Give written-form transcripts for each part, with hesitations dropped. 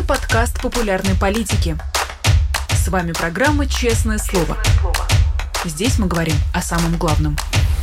подкаст популярной политики. С вами программа «Честное слово». Здесь мы говорим о самом главном.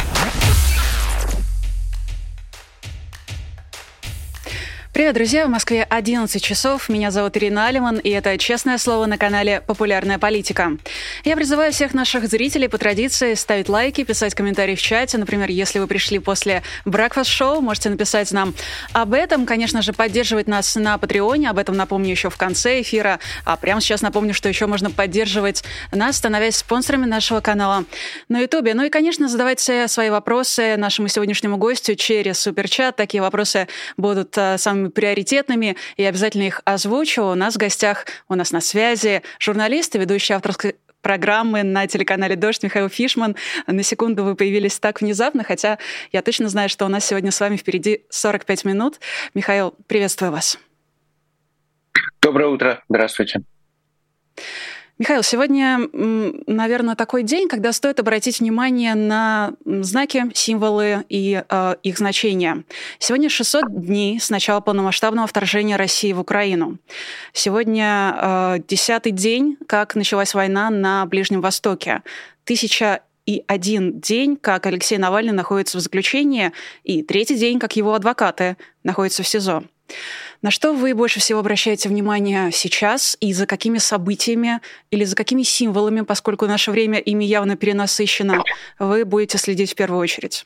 Привет, друзья! В Москве 11 часов. Меня зовут Ирина Алиман, и это «Честное слово» на канале «Популярная политика». Я призываю всех наших зрителей по традиции ставить лайки, писать комментарии в чате. Например, если вы пришли после Breakfast Show, можете написать нам об этом. Конечно же, поддерживать нас на Патреоне. Об этом напомню еще в конце эфира. А прямо сейчас напомню, что еще можно поддерживать нас, становясь спонсорами нашего канала на Ютубе. Ну и, конечно, задавайте свои вопросы нашему сегодняшнему гостю через суперчат. Такие вопросы будут самыми приоритетными, и обязательно их озвучу. У нас в гостях, у нас на связи журналист и ведущий авторской программы на телеканале «Дождь» Михаил Фишман. На секунду вы появились так внезапно, хотя я точно знаю, что у нас сегодня с вами впереди 45 минут. Михаил, приветствую вас. Доброе утро. Здравствуйте. Михаил, сегодня, наверное, такой день, когда стоит обратить внимание на знаки, символы и их значения. Сегодня 600 дней с начала полномасштабного вторжения России в Украину. Сегодня 10-й день, как началась война на Ближнем Востоке. 1001 день, как Алексей Навальный находится в заключении, и 3-й день, как его адвокаты находятся в СИЗО. На что вы больше всего обращаете внимание сейчас и за какими событиями или за какими символами, поскольку наше время ими явно перенасыщено, вы будете следить в первую очередь?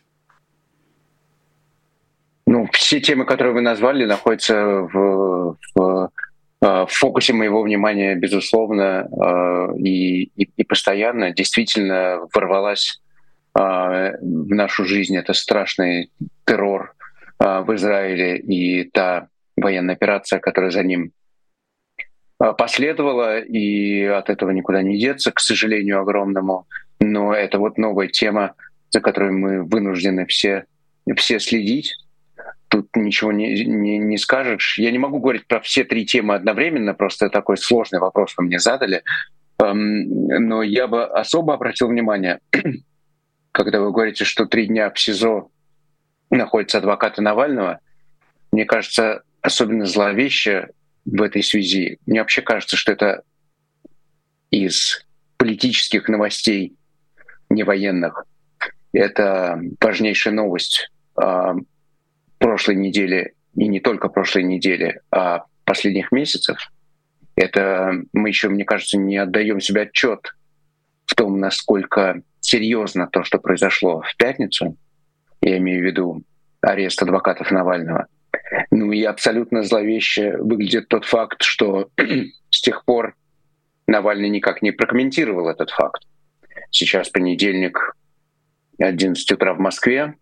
Все темы, которые вы назвали, находятся в фокусе моего внимания, безусловно, и постоянно. Действительно ворвалась в нашу жизнь это страшный террор в Израиле и та военная операция, которая за ним последовала, и от этого никуда не деться, к сожалению, огромному. Но это вот новая тема, за которой мы вынуждены все следить. Тут ничего не скажешь. Я не могу говорить про все 3 темы одновременно, просто такой сложный вопрос вы мне задали. Но я бы особо обратил внимание, когда вы говорите, что 3 дня в СИЗО находятся адвокаты Навального, мне кажется, особенно зловеще в этой связи. Мне вообще кажется, что это из политических новостей, не военных. Это важнейшая новость прошлой недели, и не только прошлой недели, а последних месяцев. Это мы еще, мне кажется, не отдаем себе отчет в том, насколько серьезно то, что произошло в пятницу. Я имею в виду арест адвокатов Навального. И абсолютно зловеще выглядит тот факт, что с тех пор Навальный никак не прокомментировал этот факт. Сейчас понедельник, 11 утра в Москве,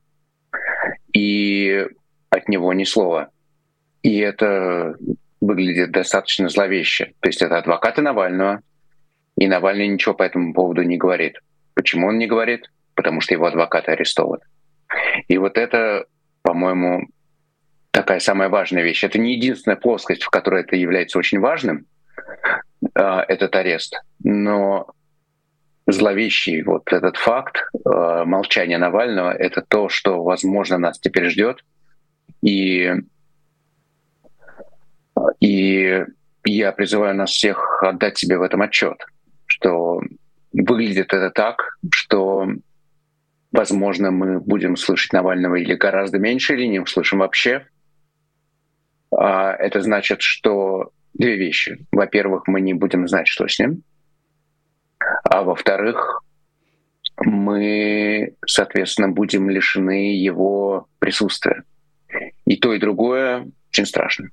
и от него ни слова. И это выглядит достаточно зловеще. То есть это адвокаты Навального, и Навальный ничего по этому поводу не говорит. Почему он не говорит? Потому что его адвокаты арестованы. И вот это, по-моему, такая самая важная вещь. Это не единственная плоскость, в которой это является очень важным, этот арест, но зловещий вот этот факт молчания Навального — это то, что, возможно, нас теперь ждет. И я призываю нас всех отдать себе в этом отчет, что выглядит это так, что, возможно, мы будем слышать Навального или гораздо меньше, или не услышим вообще. Это значит, что 2 вещи. Во-первых, мы не будем знать, что с ним. А во-вторых, мы, соответственно, будем лишены его присутствия. И то, и другое очень страшно.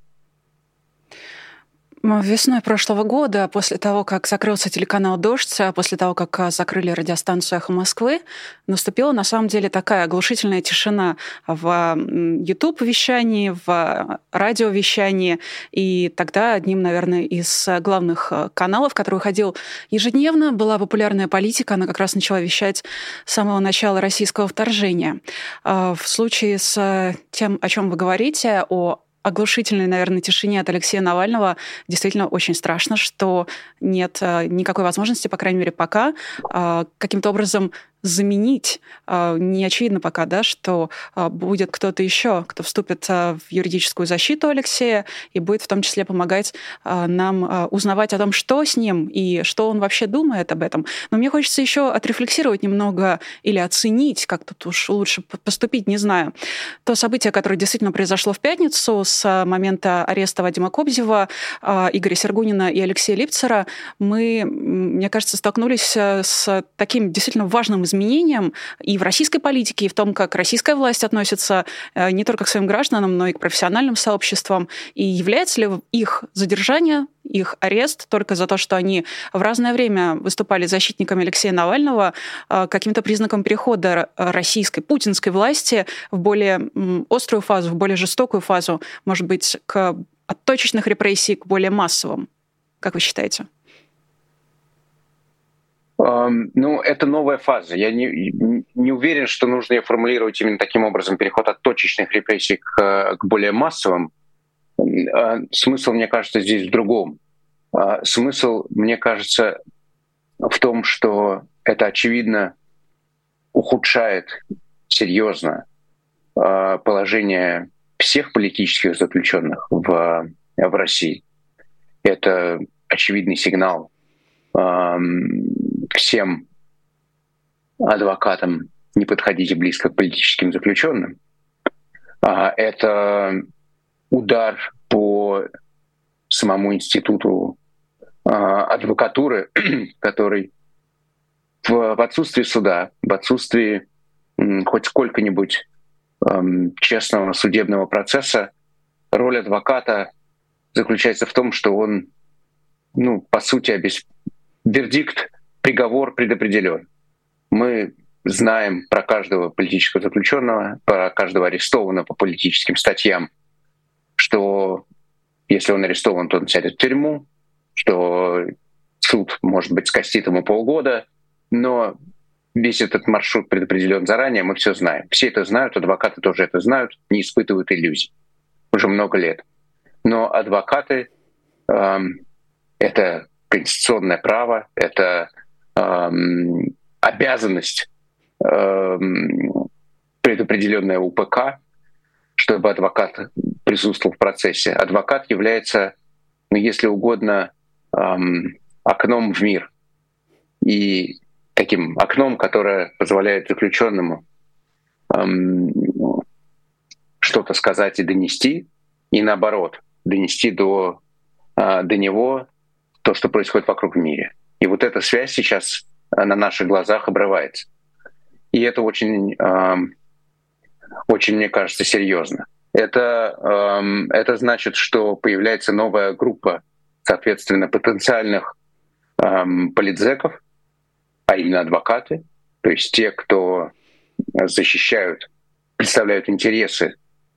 Весной прошлого года, после того, как закрылся телеканал «Дождь», после того, как закрыли радиостанцию «Эхо Москвы», наступила на самом деле такая оглушительная тишина в YouTube-вещании, в радиовещании. И тогда одним, наверное, из главных каналов, который выходил ежедневно, была «Популярная политика». Она как раз начала вещать с самого начала российского вторжения. В случае с тем, о чем вы говорите, о оглушительной, наверное, тишине от Алексея Навального, действительно очень страшно, что нет никакой возможности, по крайней мере, пока каким-то образом заменить. Не очевидно пока, да, что будет кто-то еще, кто вступит в юридическую защиту Алексея и будет в том числе помогать нам узнавать о том, что с ним и что он вообще думает об этом. Но мне хочется еще отрефлексировать немного или оценить, как тут уж лучше поступить, не знаю. То событие, которое действительно произошло в пятницу с момента ареста Вадима Кобзева, Игоря Сергунина и Алексея Липцера, мы, мне кажется, столкнулись с таким действительно важным изменением и в российской политике, и в том, как российская власть относится не только к своим гражданам, но и к профессиональным сообществам. И является ли их задержание, их арест только за то, что они в разное время выступали защитниками Алексея Навального, каким-то признаком перехода российской, путинской власти в более острую фазу, в более жестокую фазу, может быть, от точечных репрессий к более массовым? Как вы считаете? Это новая фаза. Я не уверен, что нужно ее формулировать именно таким образом, переход от точечных репрессий к более массовым. Смысл, мне кажется, здесь в другом. Смысл, мне кажется, в том, что это, очевидно, ухудшает серьезно положение всех политических заключенных в России. Это очевидный сигнал всем адвокатам: не подходите близко к политическим заключенным. Это удар по самому институту адвокатуры, который в отсутствии суда, в отсутствии хоть сколько-нибудь честного судебного процесса, роль адвоката заключается в том, что он, по сути, вердикт, приговор предопределен. Мы знаем про каждого политического заключенного, про каждого арестованного по политическим статьям, что если он арестован, то он сядет в тюрьму, что суд, может быть, скостит ему полгода, но весь этот маршрут предопределен заранее, мы все знаем. Все это знают, адвокаты тоже это знают, не испытывают иллюзий уже много лет. Но адвокаты это конституционное право, это обязанность, предопределенная УПК, чтобы адвокат присутствовал в процессе. Адвокат является, если угодно, окном в мир. И таким окном, которое позволяет заключенному что-то сказать и донести, и наоборот, донести до него то, что происходит вокруг в мире. И вот эта связь сейчас на наших глазах обрывается. И это очень, мне кажется, серьезно. Это значит, что появляется новая группа, соответственно, потенциальных политзеков, а именно адвокаты, то есть те, кто представляют интересы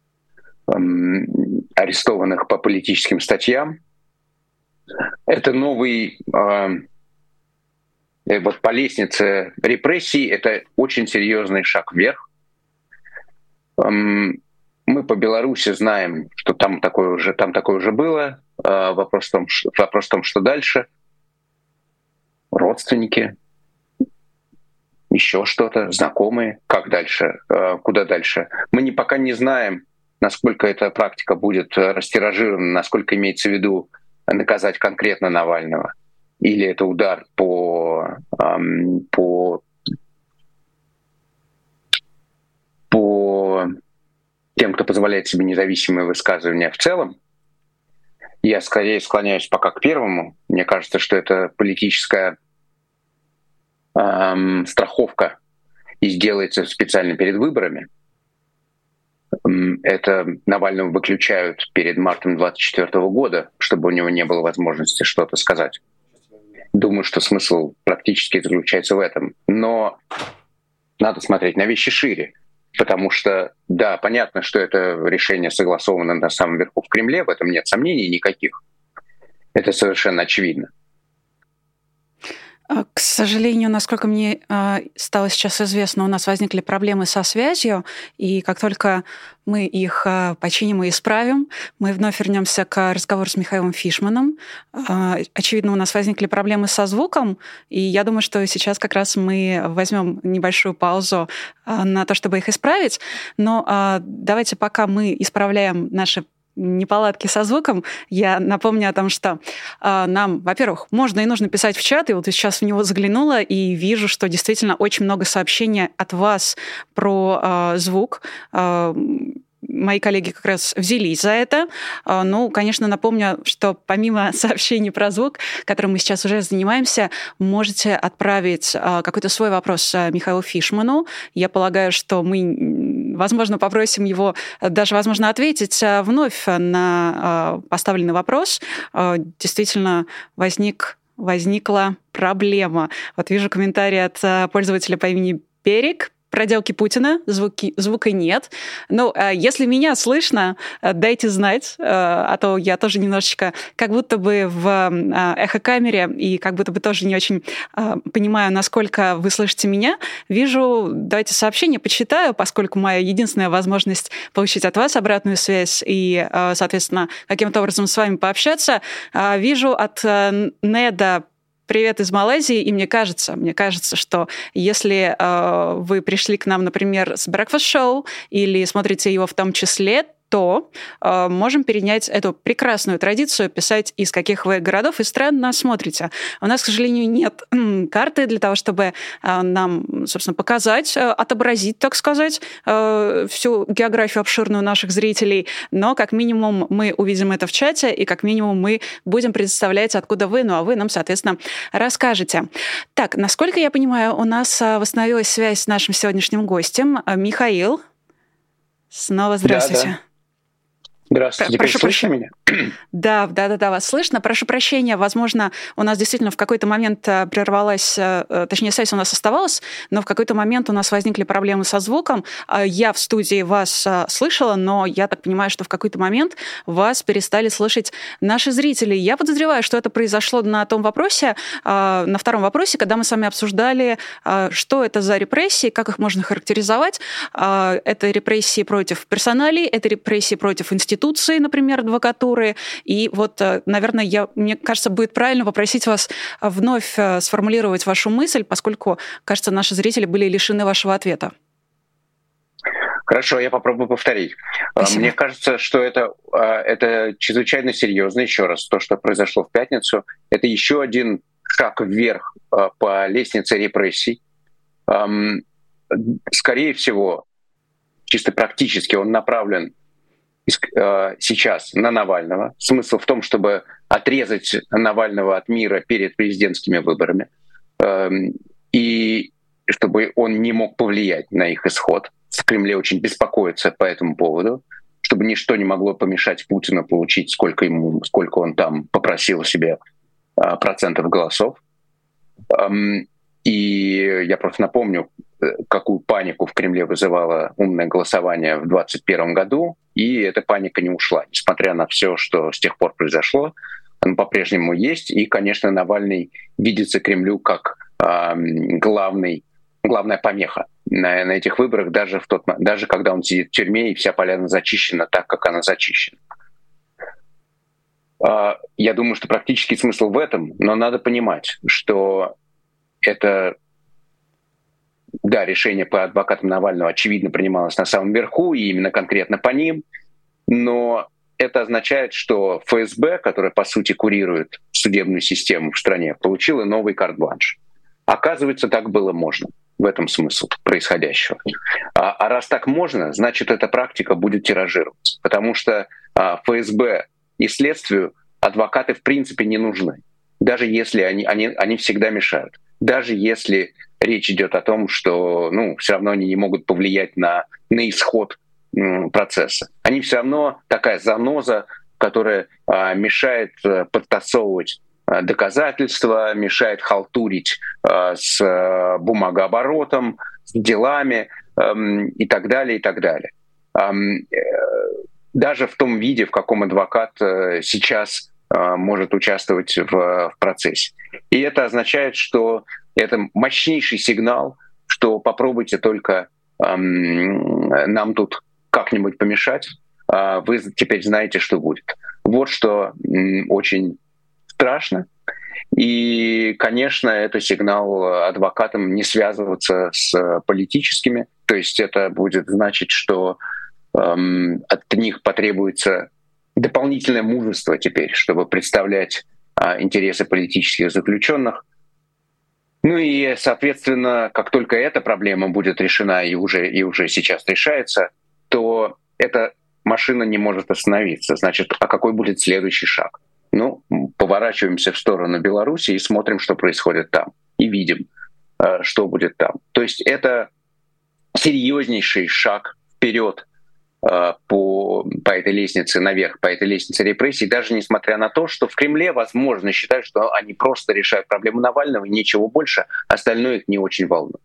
арестованных по политическим статьям. Это новый, по лестнице репрессий, это очень серьезный шаг вверх. Мы по Беларуси знаем, что там такое уже было. Вопрос в том, что дальше. Родственники, еще что-то, знакомые, как дальше, куда дальше. Мы пока не знаем, насколько эта практика будет растиражирована, насколько имеется в виду наказать конкретно Навального, или это удар по тем, кто позволяет себе независимые высказывания в целом. Я скорее склоняюсь пока к первому. Мне кажется, что это политическая страховка и сделается специально перед выборами. Это Навального выключают перед мартом 2024 года, чтобы у него не было возможности что-то сказать. Думаю, что смысл практически заключается в этом. Но надо смотреть на вещи шире. Потому что, да, понятно, что это решение согласовано на самом верху в Кремле, в этом нет сомнений никаких. Это совершенно очевидно. К сожалению, насколько мне стало сейчас известно, у нас возникли проблемы со связью, и как только мы их починим и исправим, мы вновь вернемся к разговору с Михаилом Фишманом. Очевидно, у нас возникли проблемы со звуком, и я думаю, что сейчас как раз мы возьмем небольшую паузу на то, чтобы их исправить. Но давайте, пока мы исправляем наши неполадки со звуком, я напомню о том, что нам, во-первых, можно и нужно писать в чат, и вот я сейчас в него заглянула и вижу, что действительно очень много сообщений от вас про звук. Мои коллеги как раз взялись за это. Ну, конечно, напомню, что помимо сообщений про звук, которым мы сейчас уже занимаемся, можете отправить какой-то свой вопрос Михаилу Фишману. Я полагаю, что мы, возможно, попросим его даже, возможно, ответить вновь на поставленный вопрос. Действительно, возникла проблема. Вот вижу комментарий от пользователя по имени Берег. Проделки Путина, звука нет. Но если меня слышно, дайте знать, а то я тоже немножечко как будто бы в эхокамере и как будто бы тоже не очень понимаю, насколько вы слышите меня. Вижу, давайте сообщение почитаю, поскольку моя единственная возможность получить от вас обратную связь и, соответственно, каким-то образом с вами пообщаться. Вижу от Неда привет из Малайзии, и мне кажется, что если вы пришли к нам, например, с Breakfast Show или смотрите его в том числе, то можем перенять эту прекрасную традицию писать, из каких вы городов и стран нас смотрите. У нас, к сожалению, нет карты для того, чтобы нам, собственно, показать, отобразить, так сказать, всю географию обширную наших зрителей, но как минимум мы увидим это в чате, и как минимум мы будем представлять, откуда вы, ну а вы нам, соответственно, расскажете. Так, насколько я понимаю, у нас восстановилась связь с нашим сегодняшним гостем. Михаил, снова здравствуйте. Да. Здравствуйте, теперь слышно меня? Да, вас слышно. Прошу прощения, возможно, у нас действительно в какой-то момент прервалась, точнее, связь у нас оставалась, но в какой-то момент у нас возникли проблемы со звуком. Я в студии вас слышала, но я так понимаю, что в какой-то момент вас перестали слышать наши зрители. Я подозреваю, что это произошло на том вопросе, на втором вопросе, когда мы с вами обсуждали, что это за репрессии, как их можно характеризовать. Это репрессии против персоналей, это репрессии против институций, например, адвокатуры. И вот, наверное, мне кажется, будет правильно попросить вас вновь сформулировать вашу мысль, поскольку, кажется, наши зрители были лишены вашего ответа. Хорошо, я попробую повторить. Спасибо. Мне кажется, что это чрезвычайно серьезно. Еще раз, то, что произошло в пятницу, это еще один шаг вверх по лестнице репрессий. Скорее всего, чисто практически он направлен сейчас на Навального. Смысл в том, чтобы отрезать Навального от мира перед президентскими выборами, и чтобы он не мог повлиять на их исход. В Кремле очень беспокоятся по этому поводу, чтобы ничто не могло помешать Путину получить, сколько он там попросил себе процентов голосов. И я просто напомню, какую панику в Кремле вызывало умное голосование в 2021 году, и эта паника не ушла, несмотря на все, что с тех пор произошло. Она по-прежнему есть, и, конечно, Навальный видится Кремлю как главная помеха на этих выборах, даже когда он сидит в тюрьме, и вся поляна зачищена так, как она зачищена. Я думаю, что практический смысл в этом, но надо понимать, что это... Да, решение по адвокатам Навального, очевидно, принималось на самом верху, и именно конкретно по ним, но это означает, что ФСБ, которая, по сути, курирует судебную систему в стране, получила новый карт-бланш. Оказывается, так было можно. В этом смысл происходящего. А раз так можно, значит, эта практика будет тиражироваться, потому что ФСБ и следствию адвокаты в принципе не нужны, даже если они всегда мешают. Даже если речь идет о том, что все равно они не могут повлиять на исход процесса. Они все равно такая заноза, которая мешает подтасовывать доказательства, мешает халтурить с бумагооборотом, с делами и так далее, и так далее. Даже в том виде, в каком адвокат сейчас может участвовать в процессе. И это означает, что это мощнейший сигнал, что попробуйте только нам тут как-нибудь помешать, вы теперь знаете, что будет. Вот что очень страшно. И, конечно, это сигнал адвокатам не связываться с политическими. То есть это будет значить, что от них потребуется дополнительное мужество теперь, чтобы представлять интересы политических заключенных. Ну и, соответственно, как только эта проблема будет решена и уже сейчас решается, то эта машина не может остановиться. Значит, а какой будет следующий шаг? Ну, поворачиваемся в сторону Беларуси и смотрим, что происходит там. И видим, что будет там. То есть это серьезнейший шаг вперед по этой лестнице наверх, по этой лестнице репрессий, даже несмотря на то, что в Кремле, возможно, считают, что они просто решают проблему Навального и ничего больше, остальное их не очень волнует.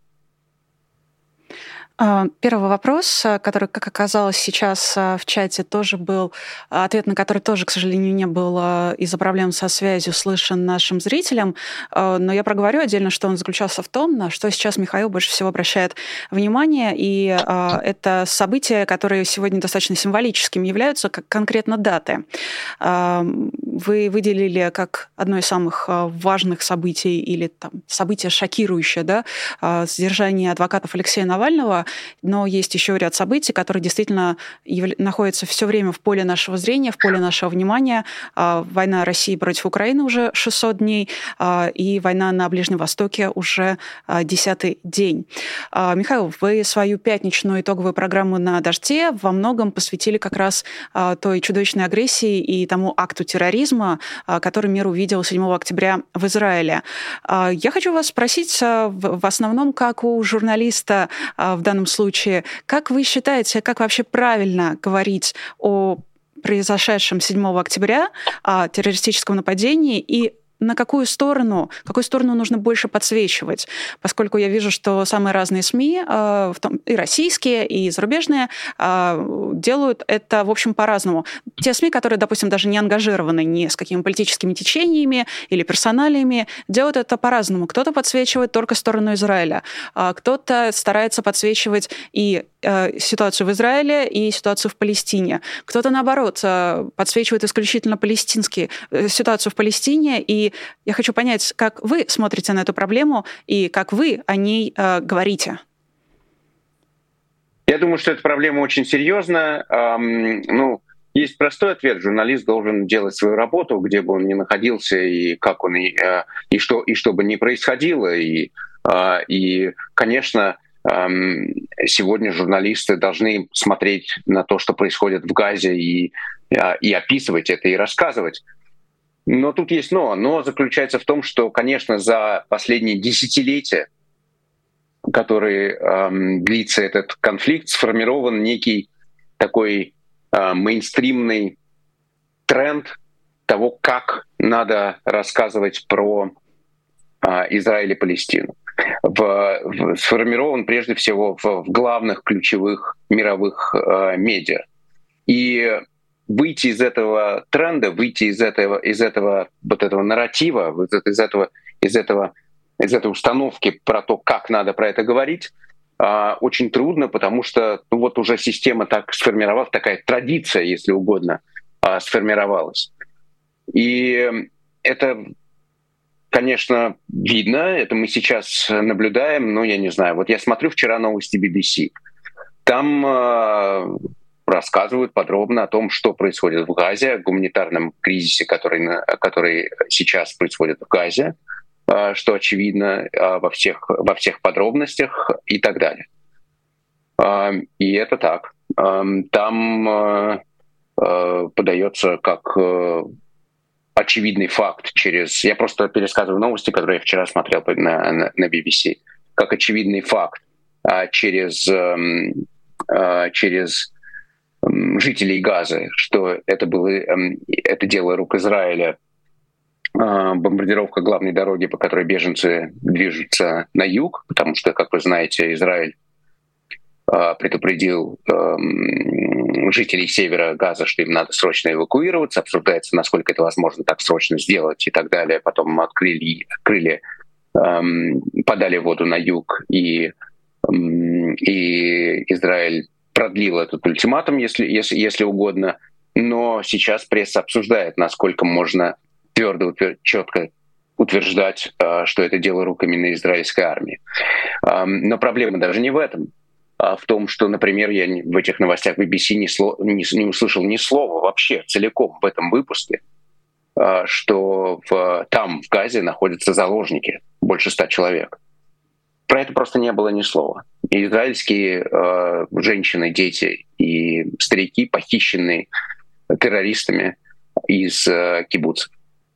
Первый вопрос, который, как оказалось сейчас в чате, тоже был, ответ на который тоже, к сожалению, не был из-за проблем со связью слышен нашим зрителям, но я проговорю отдельно, что он заключался в том, на что сейчас Михаил больше всего обращает внимание, и это события, которые сегодня достаточно символическими являются, как конкретно даты. Вы выделили как одно из самых важных событий или там, событие шокирующее, да, задержание адвокатов Алексея Навального, но есть еще ряд событий, которые действительно находятся все время в поле нашего зрения, в поле нашего внимания. Война России против Украины уже 600 дней, и война на Ближнем Востоке уже 10-й день. Михаил, вы свою пятничную итоговую программу на «Дожде» во многом посвятили как раз той чудовищной агрессии и тому акту терроризма, который мир увидел 7 октября в Израиле. Я хочу вас спросить в основном, как у журналиста в данном случае, как вы считаете, как вообще правильно говорить о произошедшем 7 октября, о террористическом нападении и на какую сторону нужно больше подсвечивать, поскольку я вижу, что самые разные СМИ, и российские, и зарубежные, делают это, в общем, по-разному. Те СМИ, которые, допустим, даже не ангажированы ни с какими политическими течениями или персоналиями, делают это по-разному. Кто-то подсвечивает только сторону Израиля, кто-то старается подсвечивать и ситуацию в Израиле, и ситуацию в Палестине. Кто-то, наоборот, подсвечивает исключительно ситуацию в Палестине, и я хочу понять, как вы смотрите на эту проблему и как вы о ней говорите. Я думаю, что эта проблема очень серьезная. Есть простой ответ. Журналист должен делать свою работу, где бы он ни находился, и как он, и что бы ни происходило. И, конечно, сегодня журналисты должны смотреть на то, что происходит в Газе, и описывать это, и рассказывать. Но тут есть но. Но заключается в том, что, конечно, за последние десятилетия, которые длится этот конфликт, сформирован некий такой мейнстримный тренд того, как надо рассказывать про Израиль и Палестину. Сформирован прежде всего в главных ключевых мировых медиа. И выйти из этого тренда, выйти из этого нарратива, из этой установки про то, как надо про это говорить, очень трудно, потому что вот уже система так сформировалась, такая традиция, если угодно, сформировалась. И это, конечно, видно, это мы сейчас наблюдаем, но я не знаю. Вот я смотрю вчера новости BBC. Там рассказывают подробно о том, что происходит в Газе, о гуманитарном кризисе, который сейчас происходит в Газе, что очевидно во всех подробностях и так далее. И это так. Там подается как очевидный факт Я просто пересказываю новости, которые я вчера смотрел на BBC, как очевидный факт через жителей Газы, что это дело рук Израиля, бомбардировка главной дороги, по которой беженцы движутся на юг, потому что, как вы знаете, Израиль предупредил жителей севера Газа, что им надо срочно эвакуироваться. Обсуждается, насколько это возможно так срочно сделать и так далее. Потом подали воду на юг, и Израиль продлил этот ультиматум, если угодно. Но сейчас пресса обсуждает, насколько можно твердо, четко утверждать, что это дело рук именно израильской армии. Но проблема даже не в этом, а в том, что, например, я в этих новостях BBC не услышал ни слова вообще целиком в этом выпуске, что там, в Газе, находятся заложники, больше 100 человек. Про это просто не было ни слова. И израильские женщины, дети и старики похищены террористами из кибуцев.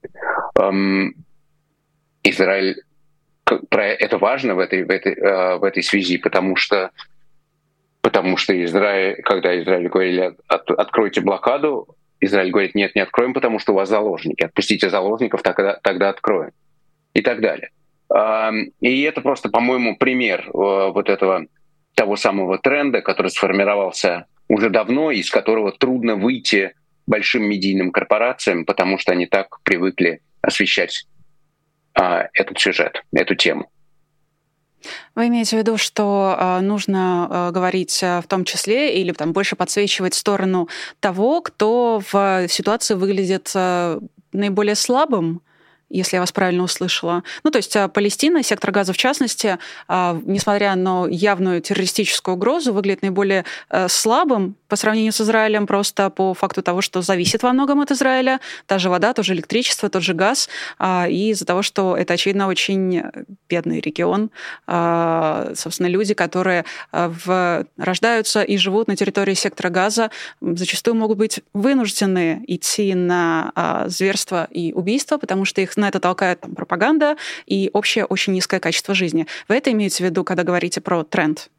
Израиль, это важно в этой связи, потому что Израиль, когда Израиль говорили «откройте блокаду», Израиль говорит «нет, не откроем, потому что у вас заложники, отпустите заложников, тогда откроем» и так далее. И это просто, по-моему, пример вот этого того самого тренда, который сформировался уже давно, из которого трудно выйти большим медийным корпорациям, потому что они так привыкли освещать этот сюжет, эту тему. Вы имеете в виду, что нужно говорить в том числе или там больше подсвечивать сторону того, кто в ситуации выглядит наиболее слабым, если я вас правильно услышала. Ну, то есть Палестина, сектор Газа в частности, несмотря на явную террористическую угрозу, выглядит наиболее слабым по сравнению с Израилем просто по факту того, что зависит во многом от Израиля. Та же вода, то же электричество, тот же газ. И из-за того, что это, очевидно, очень бедный регион. Собственно, люди, которые рождаются и живут на территории сектора Газа, зачастую могут быть вынуждены идти на зверство и убийство, потому что их на это толкает пропаганда и общее очень низкое качество жизни. Вы это имеете в виду, когда говорите про тренд?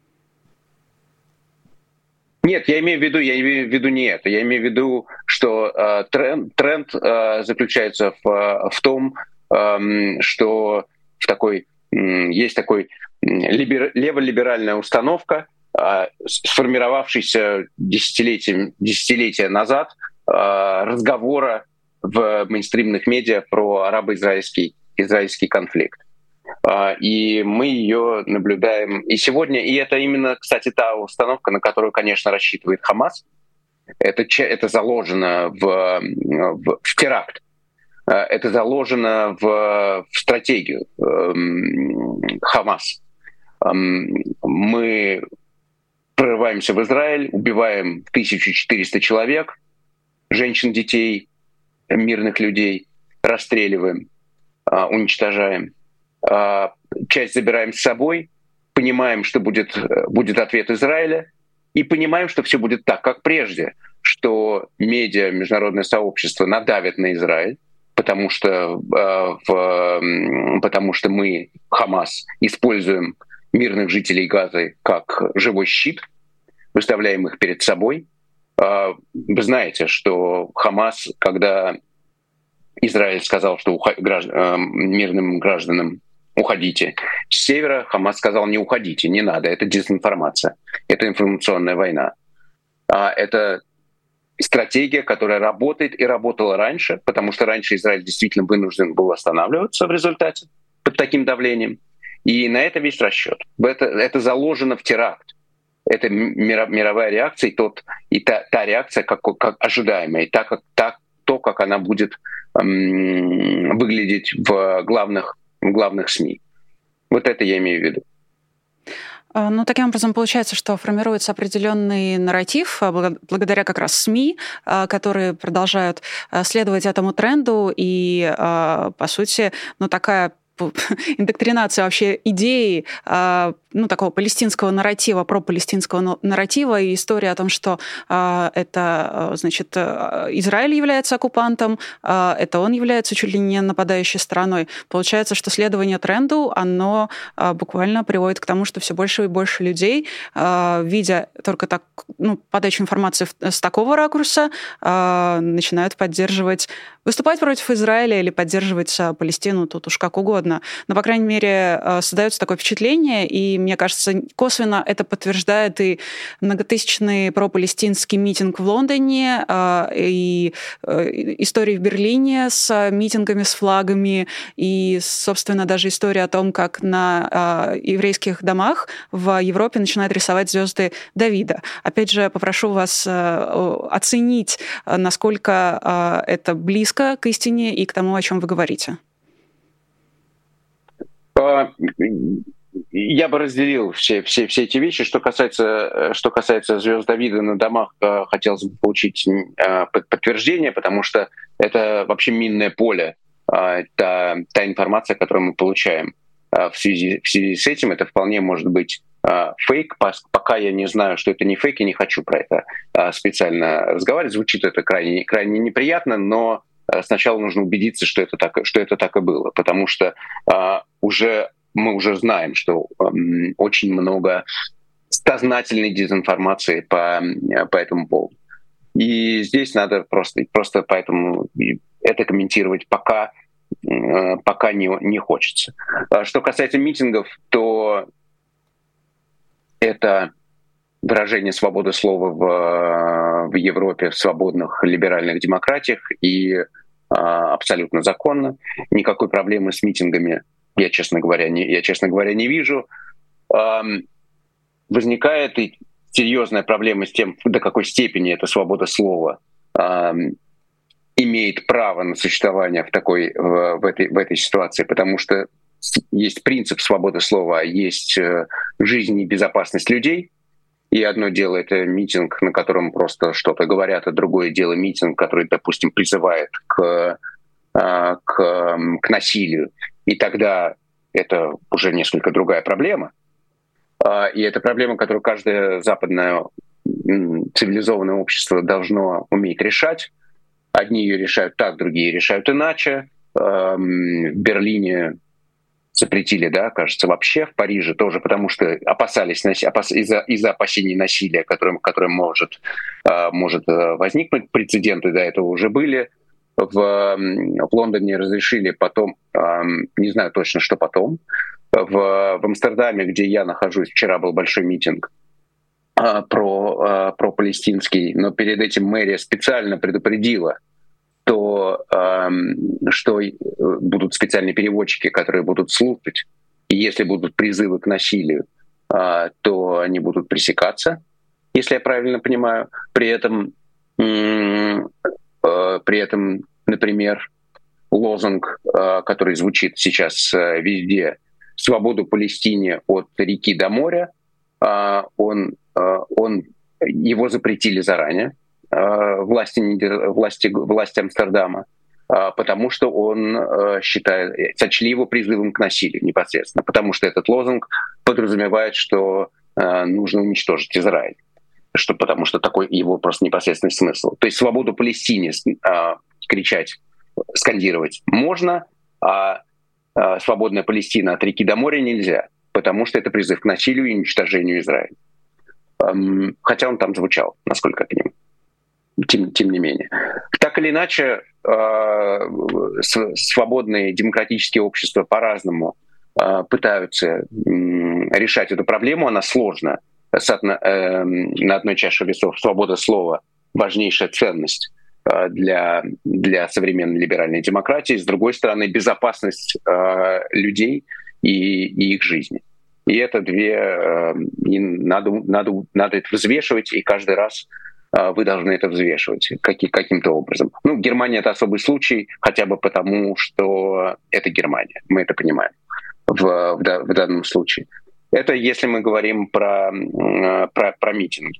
Нет, я имею в виду не это. Я имею в виду, что тренд заключается в том, что есть такой леволиберальная установка, сформировавшаяся десятилетия назад, разговора в мейнстримных медиа про арабо-израильский конфликт. И мы ее наблюдаем и сегодня. И это именно, кстати, та установка, на которую, конечно, рассчитывает Хамас. Это заложено в теракт. Это заложено в стратегию Хамас. Мы прорываемся в Израиль, убиваем 1400 человек, женщин, детей, мирных людей, расстреливаем, уничтожаем. Часть забираем с собой, понимаем, что будет ответ Израиля, и понимаем, что все будет так, как прежде, что медиа, международное сообщество надавит на Израиль, потому что мы, Хамас, используем мирных жителей Газы как живой щит, выставляем их перед собой. Вы знаете, что Хамас, когда Израиль сказал, что мирным гражданам уходите с севера, Хамас сказал: не уходите, не надо, это дезинформация, это информационная война. Это стратегия, которая работает и работала раньше, потому что раньше Израиль действительно вынужден был останавливаться в результате под таким давлением. И на это весь расчет. Это заложено в теракт. Это мировая реакция и та реакция, как ожидаемая, и то, как она будет выглядеть в главных СМИ. Вот это я имею в виду. Ну, таким образом, получается, что формируется определенный нарратив благодаря как раз СМИ, которые продолжают следовать этому тренду, и, по сути, такая индоктринация вообще идеи такого палестинского нарратива, пропалестинского нарратива, и история о том, что это, значит, Израиль является оккупантом, это он является чуть ли не нападающей стороной. Получается, что следование тренду, оно буквально приводит к тому, что все больше и больше людей, видя только так, подачу информации с такого ракурса, начинают выступать против Израиля или поддерживать Палестину, тут уж как угодно. угодно. Но, по крайней мере, создается такое впечатление, и, мне кажется, косвенно это подтверждает и многотысячный пропалестинский митинг в Лондоне, и истории в Берлине с митингами, с флагами, и, собственно, даже история о том, как на еврейских домах в Европе начинают рисовать звезды Давида. Опять же, попрошу вас оценить, насколько это близко к истине и к тому, о чем вы говорите. Я бы разделил все эти вещи. Что касается звезд Давида на домах, хотелось бы получить подтверждение, потому что это вообще минное поле. Та информация, которую мы получаем в связи с этим, это вполне может быть фейк. Пока я не знаю, что это не фейк, и не хочу про это специально разговаривать. Звучит это крайне неприятно, но сначала нужно убедиться, что это так и было, потому что мы уже знаем, что очень много сознательной дезинформации по этому поводу. И здесь надо просто поэтому это комментировать пока не хочется. Что касается митингов, то это выражение свободы слова в Европе, в свободных либеральных демократиях, и абсолютно законно. Никакой проблемы с митингами я, честно говоря, не вижу. Возникает и серьезная проблема с тем, до какой степени эта свобода слова имеет право на существование в этой ситуации, потому что есть принцип свободы слова, есть жизнь и безопасность людей. И одно дело — это митинг, на котором просто что-то говорят, а другое дело — митинг, который, допустим, призывает к насилию. И тогда это уже несколько другая проблема. И это проблема, которую каждое западное цивилизованное общество должно уметь решать. Одни ее решают так, другие решают иначе. В Берлине запретили, кажется, вообще, в Париже тоже, потому что опасались из-за опасений насилия, которое может возникнуть. Прецеденты до этого уже были. В Лондоне разрешили потом, не знаю точно, что потом. В Амстердаме, где я нахожусь, вчера был большой митинг про палестинский, но перед этим мэрия специально предупредила, что будут специальные переводчики, которые будут слушать, и если будут призывы к насилию, то они будут пресекаться, если я правильно понимаю. При этом, например, лозунг, который звучит сейчас везде, «Свободу Палестине от реки до моря», его запретили заранее власти Амстердама, потому что он сочли его призывом к насилию непосредственно, потому что этот лозунг подразумевает, что нужно уничтожить Израиль, потому что такой его просто непосредственный смысл. То есть «Свободу Палестине» кричать, скандировать можно, а «Свободная Палестина от реки до моря» нельзя, потому что это призыв к насилию и уничтожению Израиля. Хотя он там звучал, насколько я понимаю. Тем не менее. Так или иначе, свободные демократические общества по-разному пытаются решать эту проблему. Она сложна. На одной чаше весов свобода слова — важнейшая ценность для современной либеральной демократии. С другой стороны, безопасность людей и их жизни. И это надо это взвешивать, и каждый раз вы должны это взвешивать каким-то образом. Германия — это особый случай, хотя бы потому, что это Германия. Мы это понимаем в данном случае. Это если мы говорим про митинги.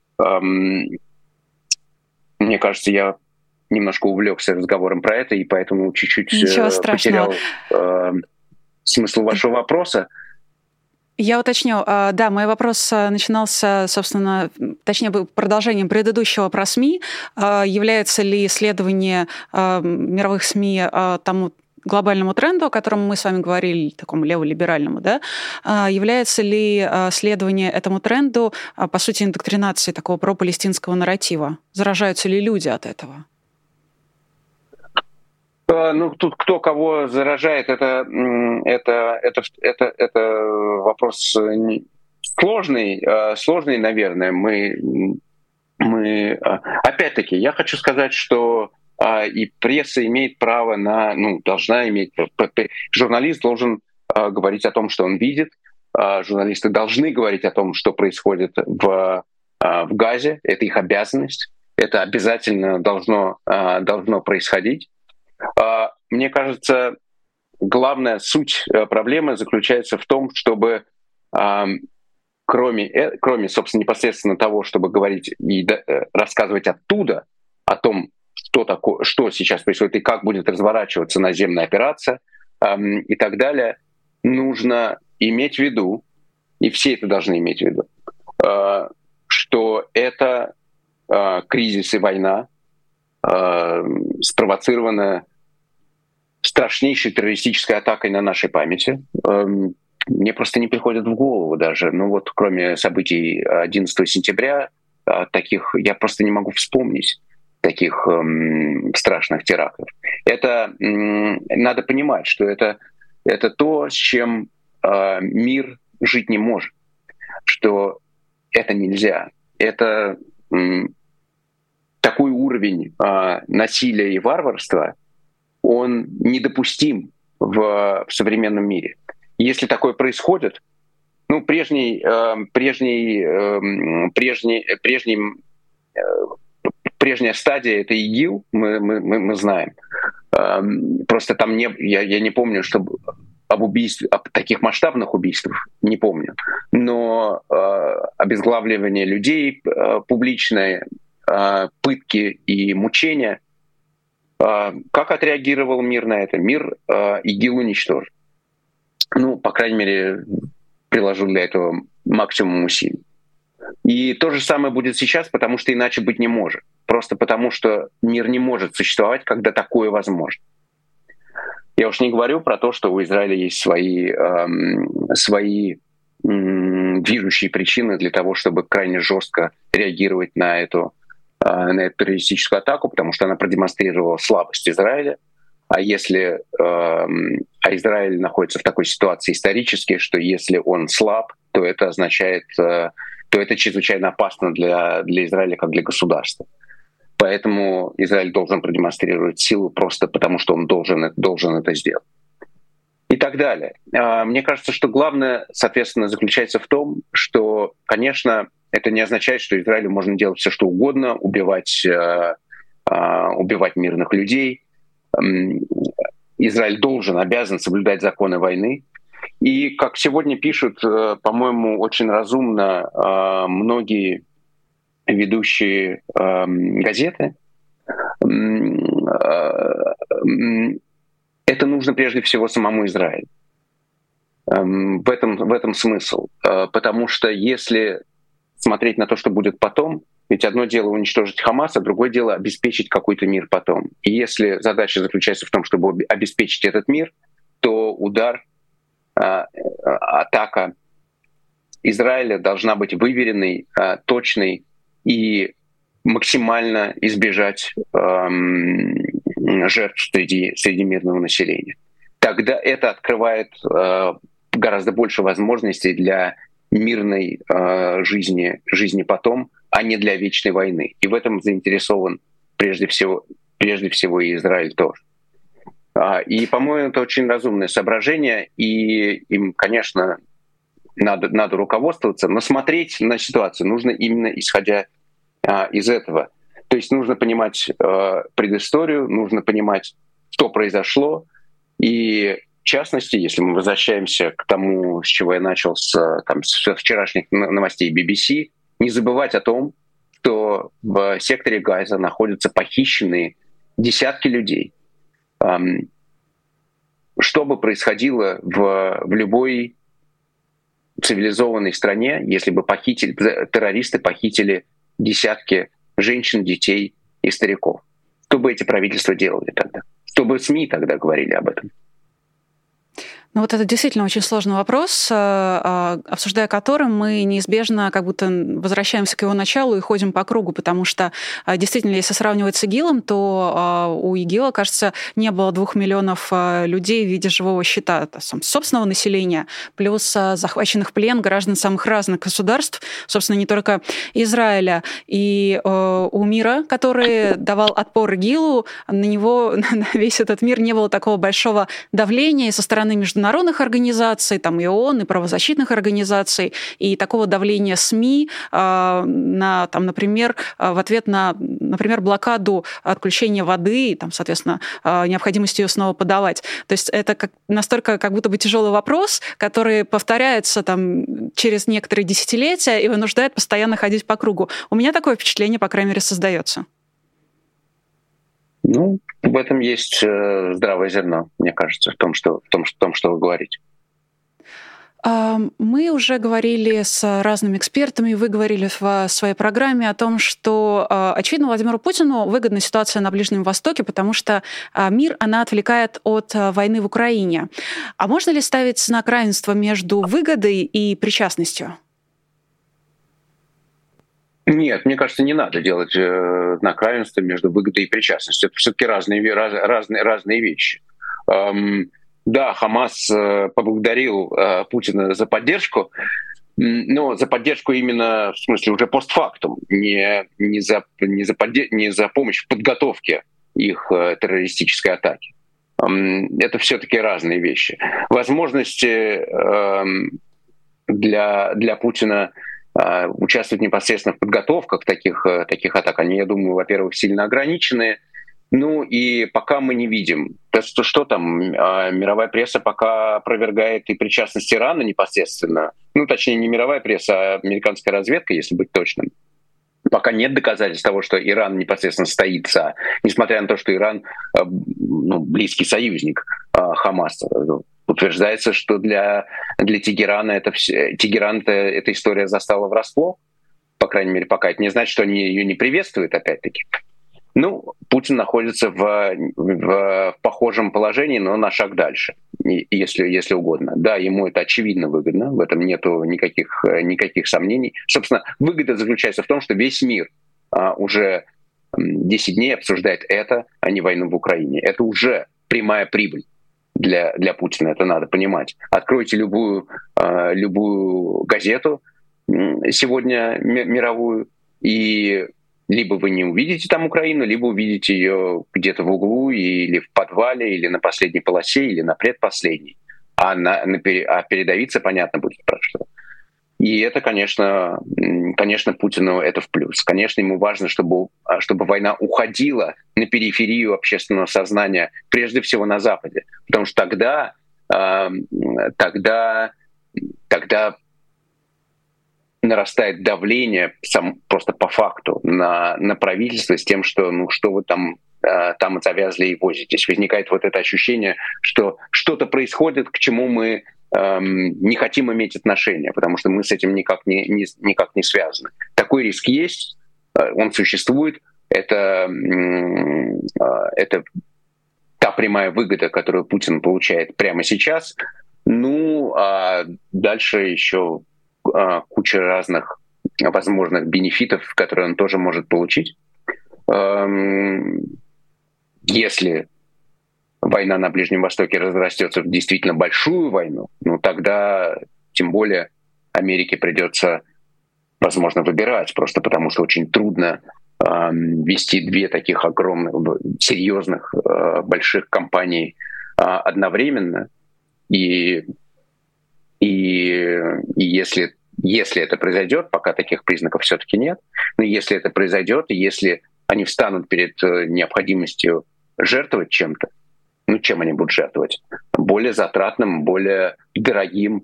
Мне кажется, я немножко увлекся разговором про это, и поэтому чуть-чуть потерял смысл вашего вопроса. Я уточню. Да, мой вопрос начинался, собственно, точнее, продолжением предыдущего про СМИ. Является ли исследование мировых СМИ тому глобальному тренду, о котором мы с вами говорили, такому леволиберальному, да? Является ли следование этому тренду, по сути, индоктринацией такого пропалестинского нарратива? Заражаются ли люди от этого? Ну, тут кто кого заражает, это вопрос сложный, наверное. Мы опять-таки, я хочу сказать, что и пресса имеет право должна иметь, журналист должен говорить о том, что он видит, журналисты должны говорить о том, что происходит в Газе, это их обязанность, это обязательно должно происходить. Мне кажется, главная суть проблемы заключается в том, чтобы кроме, собственно, непосредственно того, чтобы говорить и рассказывать оттуда о том, что сейчас происходит и как будет разворачиваться наземная операция и так далее, нужно иметь в виду, и все это должны иметь в виду, что это кризис и война, спровоцированная страшнейшей террористической атакой на нашей памяти. Мне просто не приходит в голову даже, кроме событий 11 сентября, таких я просто не могу вспомнить, таких страшных терактов. Это надо понимать, что это то, с чем мир жить не может, что это нельзя. Это такой уровень насилия и варварства, он недопустим в современная мире. Если такое происходит, прежняя стадия — это ИГИЛ, мы знаем. Просто там я не помню, чтобы об таких масштабных убийствах не помню. Но обезглавливание людей публичное, пытки и мучения. Как отреагировал мир на это? Мир ИГИЛ уничтожил. По крайней мере, приложу для этого максимум усилий. И то же самое будет сейчас, потому что иначе быть не может. Просто потому, что мир не может существовать, когда такое возможно. Я уж не говорю про то, что у Израиля есть свои движущие причины для того, чтобы крайне жестко реагировать на эту террористическую атаку, потому что она продемонстрировала слабость Израиля. А Израиль находится в такой ситуации исторически, что если он слаб, то это означает, то это чрезвычайно опасно для Израиля как для государства. Поэтому Израиль должен продемонстрировать силу просто потому, что он должен это сделать. И так далее. Мне кажется, что главное, соответственно, заключается в том, что, конечно, это не означает, что Израилю можно делать все, что угодно, убивать мирных людей. Израиль обязан соблюдать законы войны. И, как сегодня пишут, по-моему, очень разумно многие ведущие газеты, это нужно прежде всего самому Израилю. В этом смысл. Потому что если смотреть на то, что будет потом, ведь одно дело уничтожить Хамас, а другое дело обеспечить какой-то мир потом. И если задача заключается в том, чтобы обеспечить этот мир, то атака Израиля должна быть выверенной, точной и максимально избежать жертв среди мирного населения. Тогда это открывает гораздо больше возможностей для мирной жизни потом, а не для вечной войны. И в этом заинтересован прежде всего и Израиль тоже. И, по-моему, это очень разумное соображение, и им, конечно, надо руководствоваться, но смотреть на ситуацию нужно именно исходя из этого. То есть нужно понимать предысторию, нужно понимать, что произошло, и в частности, если мы возвращаемся к тому, с чего я начал, с вчерашних новостей BBC, не забывать о том, что в секторе Газа находятся похищенные десятки людей. Что бы происходило в любой цивилизованной стране, если бы террористы похитили десятки женщин, детей и стариков? Что бы эти правительства делали тогда? Что бы СМИ тогда говорили об этом? Ну вот это действительно очень сложный вопрос, обсуждая который мы неизбежно как будто возвращаемся к его началу и ходим по кругу, потому что действительно, если сравнивать с ИГИЛом, то у ИГИЛа, кажется, не было 2 миллионов людей в виде живого щита собственного населения, плюс захваченных в плен граждан самых разных государств, собственно, не только Израиля. И у мира, который давал отпор ИГИЛу, на него, на весь этот мир не было такого большого давления со стороны международных организаций, там и ООН, и правозащитных организаций, и такого давления СМИ на, там, например, в ответ на, например, блокаду отключения воды и, там, соответственно, необходимость ее снова подавать. То есть это настолько как будто бы тяжелый вопрос, который повторяется там, через некоторые десятилетия и вынуждает постоянно ходить по кругу. У меня такое впечатление, по крайней мере, создается. Ну, в этом есть здравое зерно, мне кажется, в том, что вы говорите. Мы уже говорили с разными экспертами, вы говорили в своей программе о том, что, очевидно, Владимиру Путину выгодна ситуация на Ближнем Востоке, потому что мир она отвлекает от войны в Украине. А можно ли ставить знак равенства между выгодой и причастностью? Нет, мне кажется, не надо делать знак равенства между выгодой и причастностью. Это все-таки разные вещи. Да, Хамас поблагодарил Путина за поддержку, но за поддержку именно в смысле уже постфактум, не за помощь в подготовке их террористической атаки. Это все-таки разные вещи. Возможности для Путина участвовать непосредственно в подготовках таких атак, они, я думаю, во-первых, сильно ограничены. Ну и пока мы не видим, что там, мировая пресса пока опровергает и причастность Ирана непосредственно, ну точнее не мировая пресса, а американская разведка, если быть точным. Пока нет доказательств того, что Иран непосредственно стоит за, несмотря на то, что Иран близкий союзник Хамаса. Утверждается, что для Тегерана эта история застала врасплох, по крайней мере, пока. Это не значит, что они ее не приветствуют, опять-таки. Ну, Путин находится в похожем положении, но на шаг дальше, если угодно. Да, ему это очевидно выгодно, в этом нету никаких сомнений. Собственно, выгода заключается в том, что весь мир уже 10 дней обсуждает это, а не войну в Украине. Это уже прямая прибыль для Путина, это надо понимать. Откройте любую газету сегодня мировую, и либо вы не увидите там Украину, либо увидите ее где-то в углу, или в подвале, или на последней полосе, или на предпоследней. А передавиться понятно будет про что. И это, конечно, Путину это в плюс. Конечно, ему важно, чтобы война уходила на периферию общественного сознания, прежде всего на Западе. Потому что тогда нарастает давление просто по факту на правительство с тем, что что вы там завязли и возитесь. Возникает вот это ощущение, что что-то происходит, к чему мы не хотим иметь отношения, потому что мы с этим никак не связаны. Такой риск есть, он существует. Это та прямая выгода, которую Путин получает прямо сейчас. Ну, а дальше еще куча разных возможных бенефитов, которые он тоже может получить. Если война на Ближнем Востоке разрастется в действительно большую войну, тогда тем более Америке придется, возможно, выбирать, просто потому что очень трудно вести две таких огромных, серьезных, больших компаний одновременно. И если это произойдет, пока таких признаков все-таки нет, но если это произойдет, и если они встанут перед необходимостью жертвовать чем-то, чем они будут жертвовать? Более затратным, более дорогим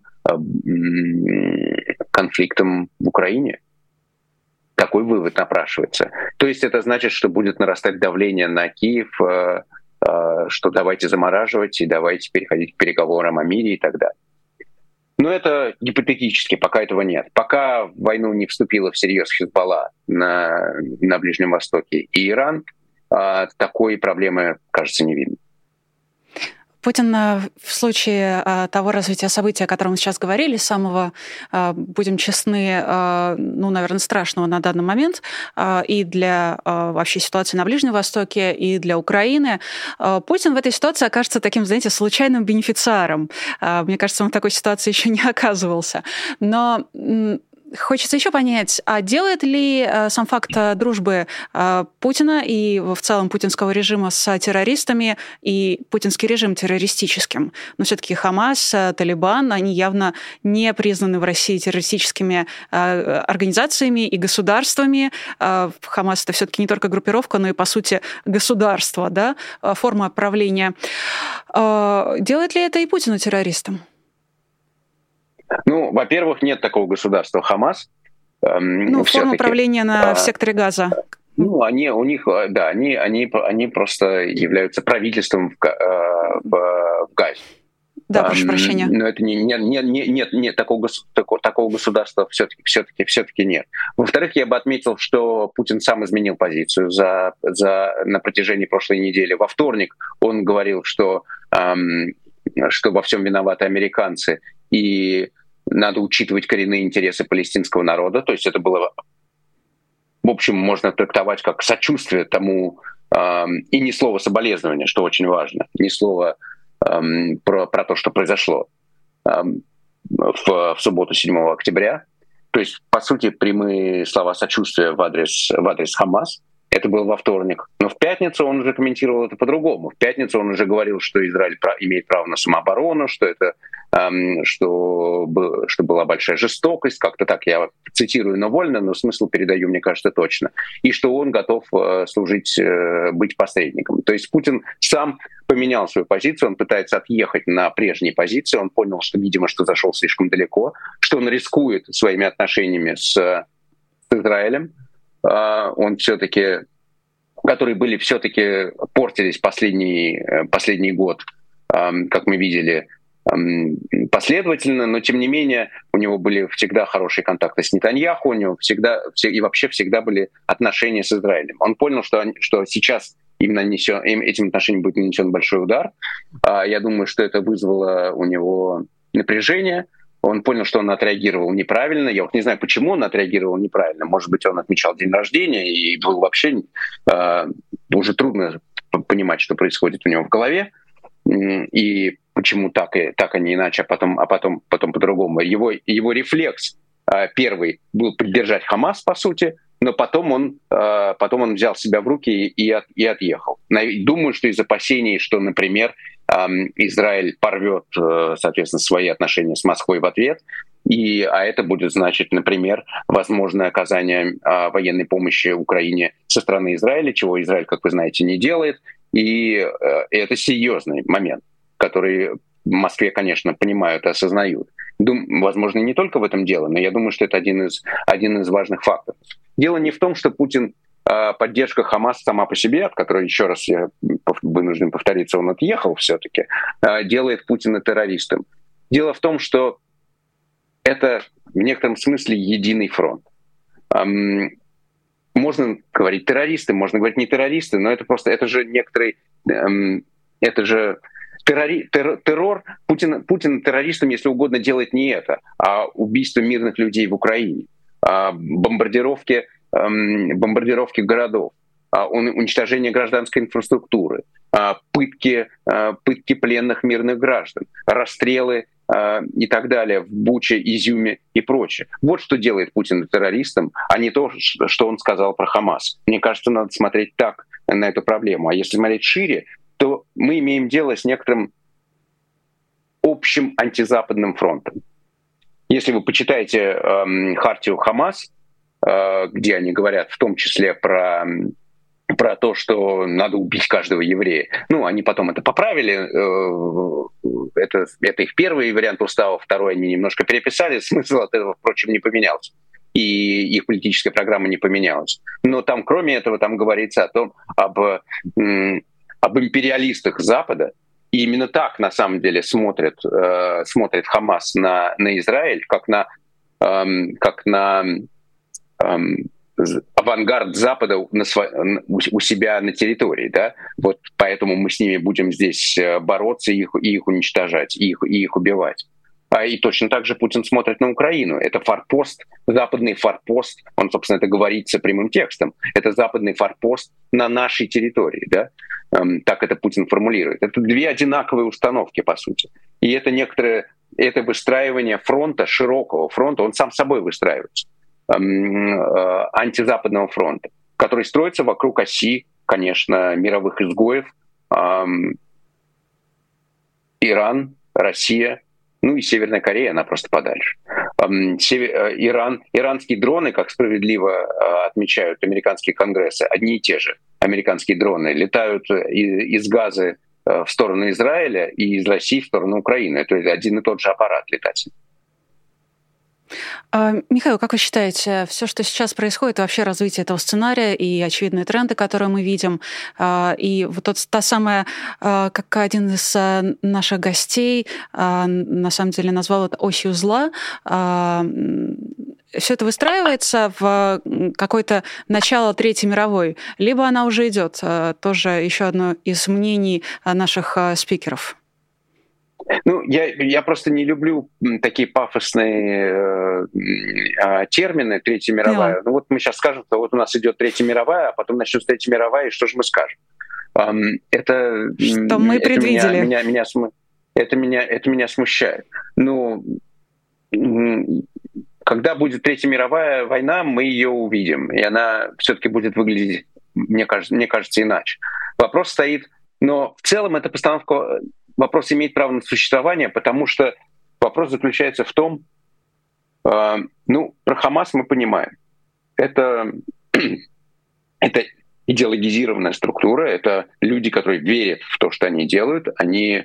конфликтом в Украине. Такой вывод напрашивается. То есть это значит, что будет нарастать давление на Киев, что давайте замораживать и давайте переходить к переговорам о мире и так далее. Но это гипотетически, пока этого нет. Пока в войну не вступила всерьез Хизбалла на Ближнем Востоке и Иран, такой проблемы, кажется, не видно. Путин в случае того развития событий, о котором мы сейчас говорили, самого, будем честны, наверное, страшного на данный момент и для вообще ситуации на Ближнем Востоке, и для Украины, Путин в этой ситуации окажется таким, знаете, случайным бенефициаром. Мне кажется, он в такой ситуации еще не оказывался. Но хочется еще понять, а делает ли сам факт дружбы Путина и в целом путинского режима с террористами и путинский режим террористическим? Но все-таки Хамас, Талибан, они явно не признаны в России террористическими организациями и государствами. Хамас — это все-таки не только группировка, но и, по сути, государство, да, форма правления. Делает ли это и Путина террористом? Во-первых, нет такого государства Хамас. Форма правления в секторе Газа. Они просто являются правительством в Газе. Да, прошу прощения. Но это нет такого государства все-таки нет. Во-вторых, я бы отметил, что Путин сам изменил позицию на протяжении прошлой недели. Во вторник он говорил, что во всем виноваты американцы, и надо учитывать коренные интересы палестинского народа. То есть это было, в общем, можно трактовать как сочувствие тому, и ни слова соболезнования, что очень важно, ни слова про то, что произошло в субботу 7 октября. То есть, по сути, прямые слова сочувствия в адрес Хамас. Это было во вторник. Но в пятницу он уже комментировал это по-другому. В пятницу он уже говорил, что Израиль имеет право на самооборону, что была большая жестокость, как-то так я цитирую, но вольно, но смысл передаю, мне кажется, точно. И что он готов быть посредником. То есть Путин сам поменял свою позицию, он пытается отъехать на прежние позиции, он понял, что, видимо, что зашел слишком далеко, что он рискует своими отношениями с Израилем, которые были все-таки портились последний год, как мы видели, последовательно, но тем не менее у него были всегда хорошие контакты с Нетаньяху, у него всегда были отношения с Израилем. Он понял, что сейчас этим отношениям будет нанесен большой удар. Я думаю, что это вызвало у него напряжение. Он понял, что он отреагировал неправильно. Я не знаю, почему он отреагировал неправильно. Может быть, он отмечал день рождения, и был вообще уже трудно понимать, что происходит у него в голове. И почему так, а не иначе, а потом по-другому. Его рефлекс первый был поддержать Хамас, по сути, но потом он взял себя в руки и отъехал. Думаю, что из опасений, что, например, Израиль порвет, соответственно, свои отношения с Москвой в ответ, а это будет значить, например, возможное оказание военной помощи Украине со стороны Израиля, чего Израиль, как вы знаете, не делает. И это серьезный момент, который в Москве, конечно, понимают и осознают. Возможно, не только в этом дело, но я думаю, что это один из важных факторов. Дело не в том, что поддержка Хамас сама по себе, от которой, еще раз я вынужден повториться, он отъехал все-таки, делает Путина террористом. Дело в том, что это в некотором смысле единый фронт. Можно говорить террористы, можно говорить не террористы, но это же террор. Путин террористом, если угодно, делает не это, а убийство мирных людей в Украине, бомбардировки городов, уничтожение гражданской инфраструктуры, пытки пленных мирных граждан, расстрелы и так далее в Буче, Изюме и прочее. Вот что делает Путина террористом, а не то, что он сказал про Хамас. Мне кажется, надо смотреть так на эту проблему. А если смотреть шире, то мы имеем дело с некоторым общим антизападным фронтом. Если вы почитаете хартию Хамас, где они говорят в том числе про то, что надо убить каждого еврея. Они потом это поправили. Это их первый вариант устава, второй они немножко переписали. Смысл от этого, впрочем, не поменялся. И их политическая программа не поменялась. Но там, кроме этого, там говорится об империалистах Запада. И именно так, на самом деле, смотрит Хамас на Израиль, как на авангард Запада у себя на территории, да, вот поэтому мы с ними будем здесь бороться, их уничтожать, и их убивать. И точно так же Путин смотрит на Украину. Это форпост, западный форпост, он, собственно, это говорится прямым текстом, это западный форпост на нашей территории, да, так это Путин формулирует. Это две одинаковые установки, по сути. И это это выстраивание фронта, широкого фронта, он сам собой выстраивается, антизападного фронта, который строится вокруг оси, конечно, мировых изгоев, Иран, Россия, ну и Северная Корея, она просто подальше. Иранские дроны, как справедливо отмечают американские конгрессы, одни и те же американские дроны летают из Газы в сторону Израиля и из России в сторону Украины. Это один и тот же аппарат летательный. Михаил, как вы считаете, все, что сейчас происходит, вообще развитие этого сценария и очевидные тренды, которые мы видим, и вот та самая, как один из наших гостей на самом деле назвал это осью зла, все это выстраивается в какое-то начало Третьей мировой, либо она уже идет? Тоже еще одно из мнений наших спикеров. Ну, я просто не люблю такие пафосные термины «Третья мировая». Ну вот мы сейчас скажем, что вот у нас идет Третья мировая, а потом начнется Третья мировая, и что же мы скажем? Это что мы предвидели. Это меня смущает. Ну, когда будет Третья мировая война, мы ее увидим, и она все-таки будет выглядеть, мне кажется, иначе. Вопрос стоит, но в целом эта постановка. Вопрос имеет право на существование, потому что вопрос заключается в том, про Хамас мы понимаем. Это идеологизированная структура, это люди, которые верят в то, что они делают, они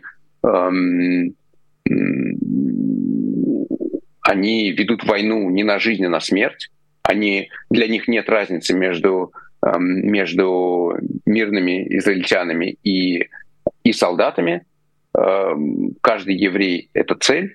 ведут войну не на жизнь, а на смерть. Для них нет разницы между мирными израильтянами и солдатами. Каждый еврей — это цель,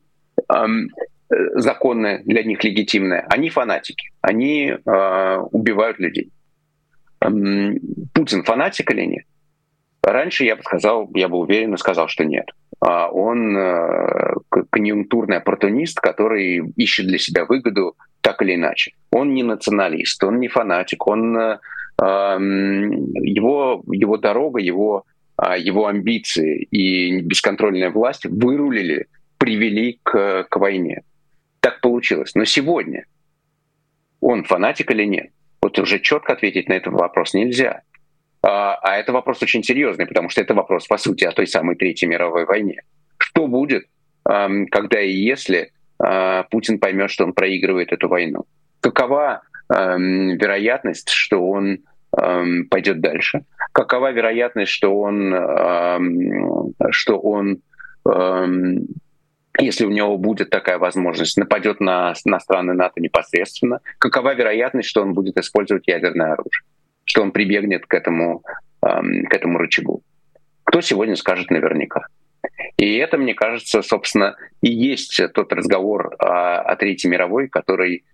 законная, для них легитимная. Они фанатики, они убивают людей. Путин фанатик или нет? Раньше я бы уверенно сказал, что нет. Он конъюнктурный оппортунист, который ищет для себя выгоду так или иначе. Он не националист, он не фанатик, его дорога, его амбиции и бесконтрольная власть привели к войне. Так получилось. Но сегодня он фанатик или нет? Вот уже четко ответить на этот вопрос нельзя. А это вопрос очень серьезный, потому что это вопрос, по сути, о той самой Третьей мировой войне. Что будет, когда и если Путин поймет, что он проигрывает эту войну? Какова вероятность, что он пойдет дальше? Какова вероятность, что он, если у него будет такая возможность, нападет на страны НАТО непосредственно? Какова вероятность, что он будет использовать ядерное оружие? Что он прибегнет к этому рычагу? Кто сегодня скажет наверняка? И это, мне кажется, собственно, и есть тот разговор о Третьей мировой, который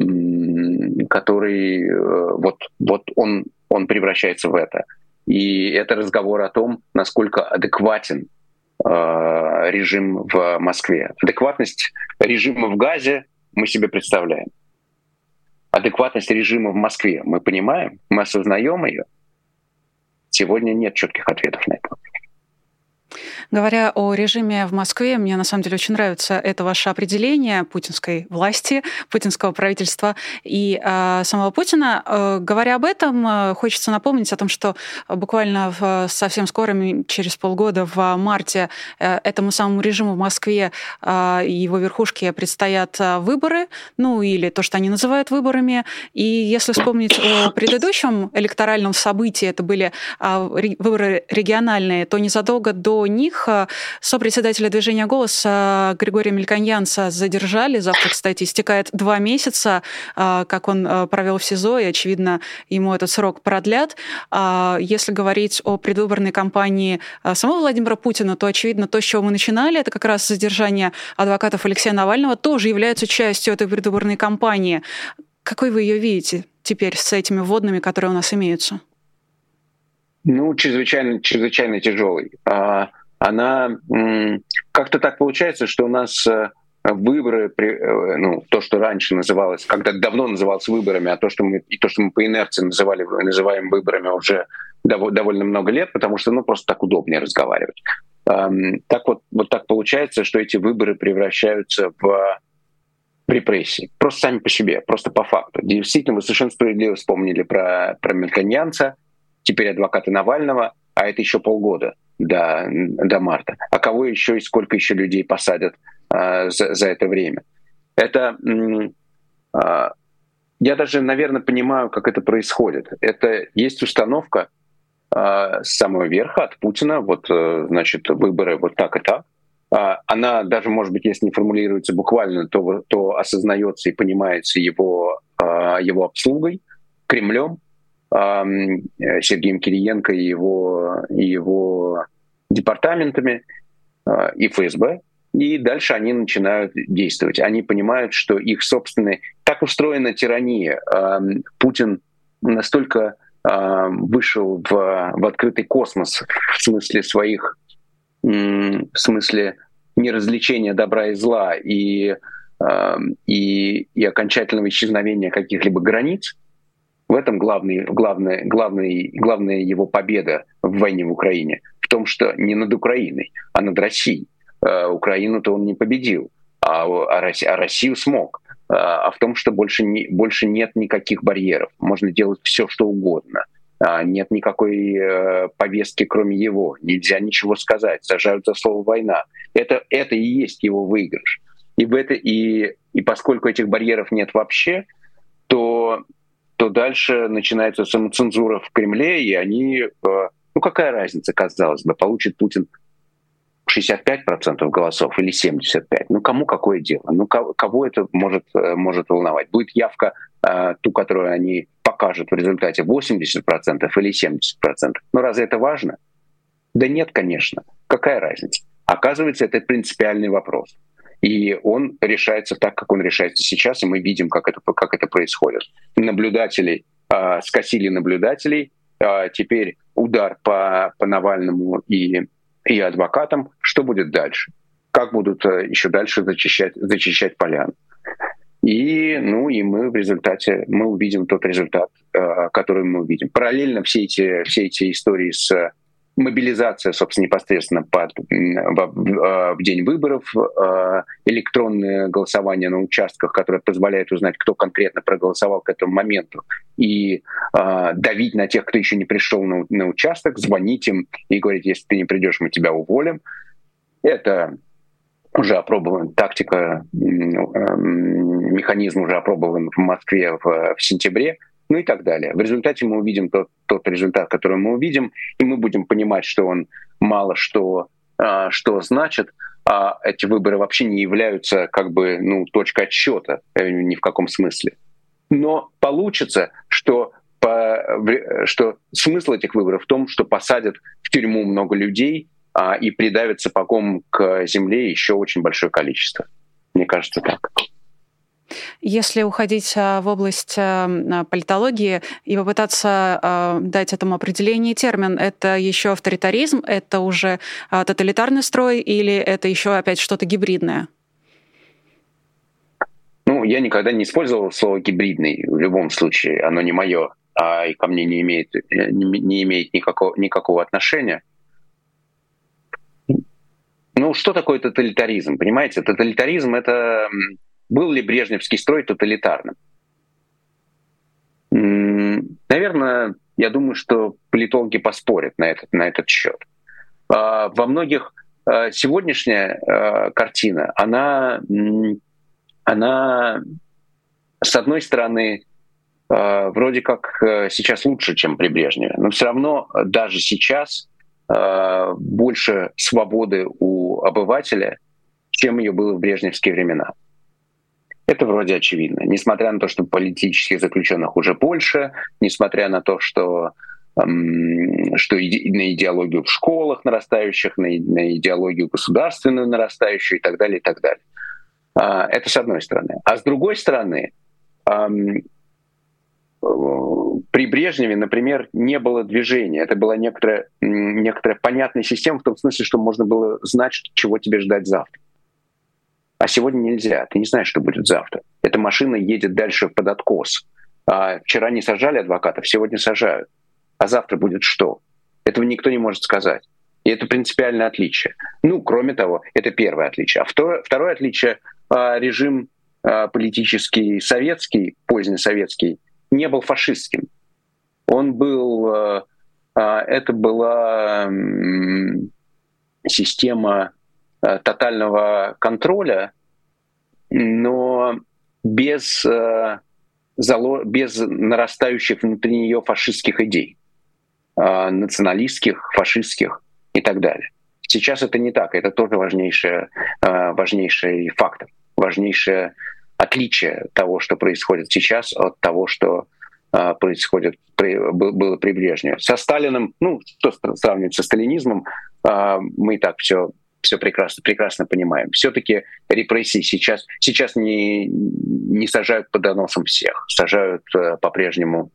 он превращается в это. И это разговор о том, насколько адекватен режим в Москве. Адекватность режима в Газе мы себе представляем. Адекватность режима в Москве мы понимаем, мы осознаем ее. Сегодня нет четких ответов на это. Говоря о режиме в Москве, мне на самом деле очень нравится это ваше определение путинской власти, путинского правительства и самого Путина. Говоря об этом, хочется напомнить о том, что буквально совсем скоро, через полгода, в марте, этому самому режиму в Москве и его верхушке предстоят выборы, ну или то, что они называют выборами. И если вспомнить о предыдущем электоральном событии, это были выборы региональные, то незадолго до них сопредседателя движения «Голос» Григория Мельконьянца задержали. Завтра, кстати, истекает 2 месяца, как он провел в СИЗО, и, очевидно, ему этот срок продлят. Если говорить о предвыборной кампании самого Владимира Путина, то, очевидно, то, с чего мы начинали, это как раз задержание адвокатов Алексея Навального, тоже является частью этой предвыборной кампании. Какой вы ее видите теперь с этими вводными, которые у нас имеются? Чрезвычайно тяжелый. Она как-то так получается, что у нас выборы, то, что раньше называлось, когда давно называлось выборами, а то, что мы по инерции называем выборами уже довольно много лет, потому что просто так удобнее разговаривать. Так получается, что эти выборы превращаются в репрессии. Просто сами по себе, просто по факту. Действительно, вы совершенно справедливо вспомнили про мельконьянца, теперь адвоката Навального, а это еще полгода до марта. А кого еще и сколько еще людей посадят за это время? Я даже, наверное, понимаю, как это происходит. Это есть установка с самого верха, от Путина, выборы вот так и так. Она даже, может быть, если не формулируется буквально, то осознается и понимается его обслугой, Кремлем, Сергеем Кириенко и его департаментами и ФСБ. И дальше они начинают действовать. Они понимают, что их собственные... Так устроена тирания. Путин настолько вышел в открытый космос в смысле неразвлечения добра и зла и окончательного исчезновения каких-либо границ. В этом главная его победа в войне в Украине. В том, что не над Украиной, а над Россией. Украину-то он не победил, а Россию смог. А в том, что больше нет никаких барьеров. Можно делать все, что угодно. Нет никакой повестки, кроме его. Нельзя ничего сказать. Сажают за слово «война». Это и есть его выигрыш. И поскольку этих барьеров нет вообще, то дальше начинается самоцензура в Кремле, и они... какая разница, казалось бы, получит Путин 65% голосов или 75%. Кому какое дело? Кого это может волновать? Будет явка ту, которую они покажут в результате 80% или 70%. Разве это важно? Да нет, конечно. Какая разница? Оказывается, это принципиальный вопрос. И он решается так, как он решается сейчас, и мы видим, как это происходит. Скосили наблюдателей, теперь удар по Навальному и адвокатам. Что будет дальше? Как будут еще дальше зачищать поляну? И мы в результате увидим тот результат, который мы увидим. Параллельно все эти истории с мобилизацией, собственно, непосредственно в день выборов, электронное голосование на участках, которое позволяет узнать, кто конкретно проголосовал к этому моменту, и давить на тех, кто еще не пришел на участок, звонить им и говорить: если ты не придешь, мы тебя уволим. Это уже опробован, тактика, механизм уже опробован в Москве в сентябре, и так далее. В результате мы увидим тот результат, который мы увидим, и мы будем понимать, что он мало что значит, а эти выборы вообще не являются точкой отсчета ни в каком смысле. Но получится, что смысл этих выборов в том, что посадят в тюрьму много людей и придавят сапогом к земле еще очень большое количество. Мне кажется, так. Если уходить в область политологии и попытаться дать этому определение термин, это еще авторитаризм, это уже тоталитарный строй или это еще опять что-то гибридное? Я никогда не использовал слово «гибридный». В любом случае, оно не мое, и ко мне не имеет никакого отношения. Что такое тоталитаризм? Понимаете, тоталитаризм — это... Был ли брежневский строй тоталитарным? Наверное, я думаю, что политологи поспорят на этот счет. Во многих сегодняшняя картина, она с одной стороны вроде как сейчас лучше, чем при Брежневе, но все равно даже сейчас больше свободы у обывателя, чем ее было в брежневские времена. Это вроде очевидно. Несмотря на то, что политических заключенных уже больше, несмотря на то, что на идеологию в школах нарастающих, на идеологию государственную нарастающую и так далее, и так далее. Это с одной стороны. А с другой стороны, При Брежневе, например, не было движения. Это была некоторая понятная система в том смысле, что можно было знать, чего тебе ждать завтра. А сегодня нельзя. Ты не знаешь, что будет завтра. Эта машина едет дальше под откос. Вчера не сажали адвокатов, сегодня сажают. А завтра будет что? Этого никто не может сказать. И это принципиальное отличие. Кроме того, это первое отличие. А второе отличие — режим политический советский, позднесоветский, не был фашистским. Он был... Это была система тотального контроля, но без нарастающих внутри нее фашистских идей, националистских, фашистских и так далее. Сейчас это не так. Это тоже важнейший фактор, важнейшее отличие того, что происходит сейчас, от того, что было при Брежневе. Со Сталиным, что сравнивать со сталинизмом, мы и так все прекрасно понимаем. Все-таки репрессии сейчас не сажают под доносом всех, сажают по-прежнему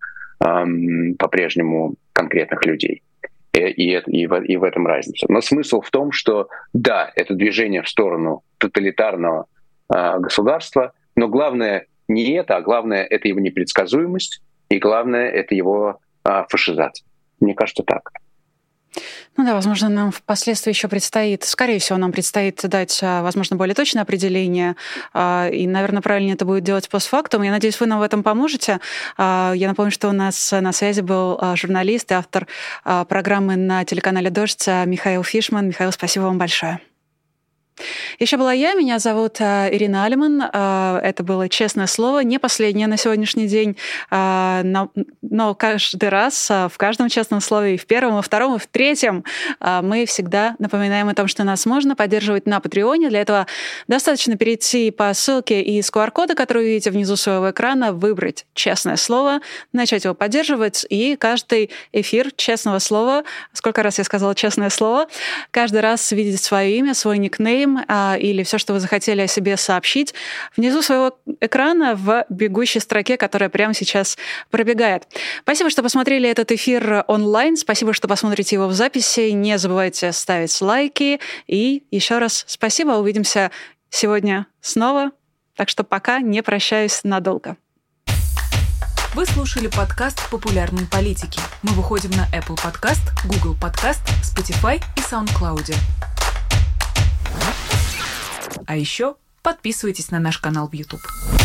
конкретных людей. И в этом разница. Но смысл в том, что да, это движение в сторону тоталитарного государства, но главное не это, а главное — это его непредсказуемость, и главное — это его фашизация. Мне кажется, так. Возможно, нам впоследствии еще скорее всего, нам предстоит дать, возможно, более точное определение, и, наверное, правильнее это будет делать постфактум. Я надеюсь, вы нам в этом поможете. Я напомню, что у нас на связи был журналист и автор программы на телеканале «Дождь» Михаил Фишман. Михаил, спасибо вам большое. Еще была я, меня зовут Ирина Алиман. Это было «Честное слово», не последнее на сегодняшний день, но каждый раз, в каждом честном слове, и в первом, и в втором, и в третьем, мы всегда напоминаем о том, что нас можно поддерживать на Патреоне. Для этого достаточно перейти по ссылке из QR-кода, который вы видите внизу своего экрана, выбрать «Честное слово», начать его поддерживать, и каждый эфир «Честного слова», сколько раз я сказала «Честное слово», каждый раз видеть свое имя, свой никнейм, или все, что вы захотели о себе сообщить, внизу своего экрана в бегущей строке, которая прямо сейчас пробегает. Спасибо, что посмотрели этот эфир онлайн. Спасибо, что посмотрите его в записи. Не забывайте ставить лайки. И еще раз спасибо. Увидимся сегодня снова. Так что пока, не прощаюсь надолго. Вы слушали подкаст «Популярные политики». Мы выходим на Apple Podcast, Google Podcast, Spotify и SoundCloud. А еще подписывайтесь на наш канал в YouTube.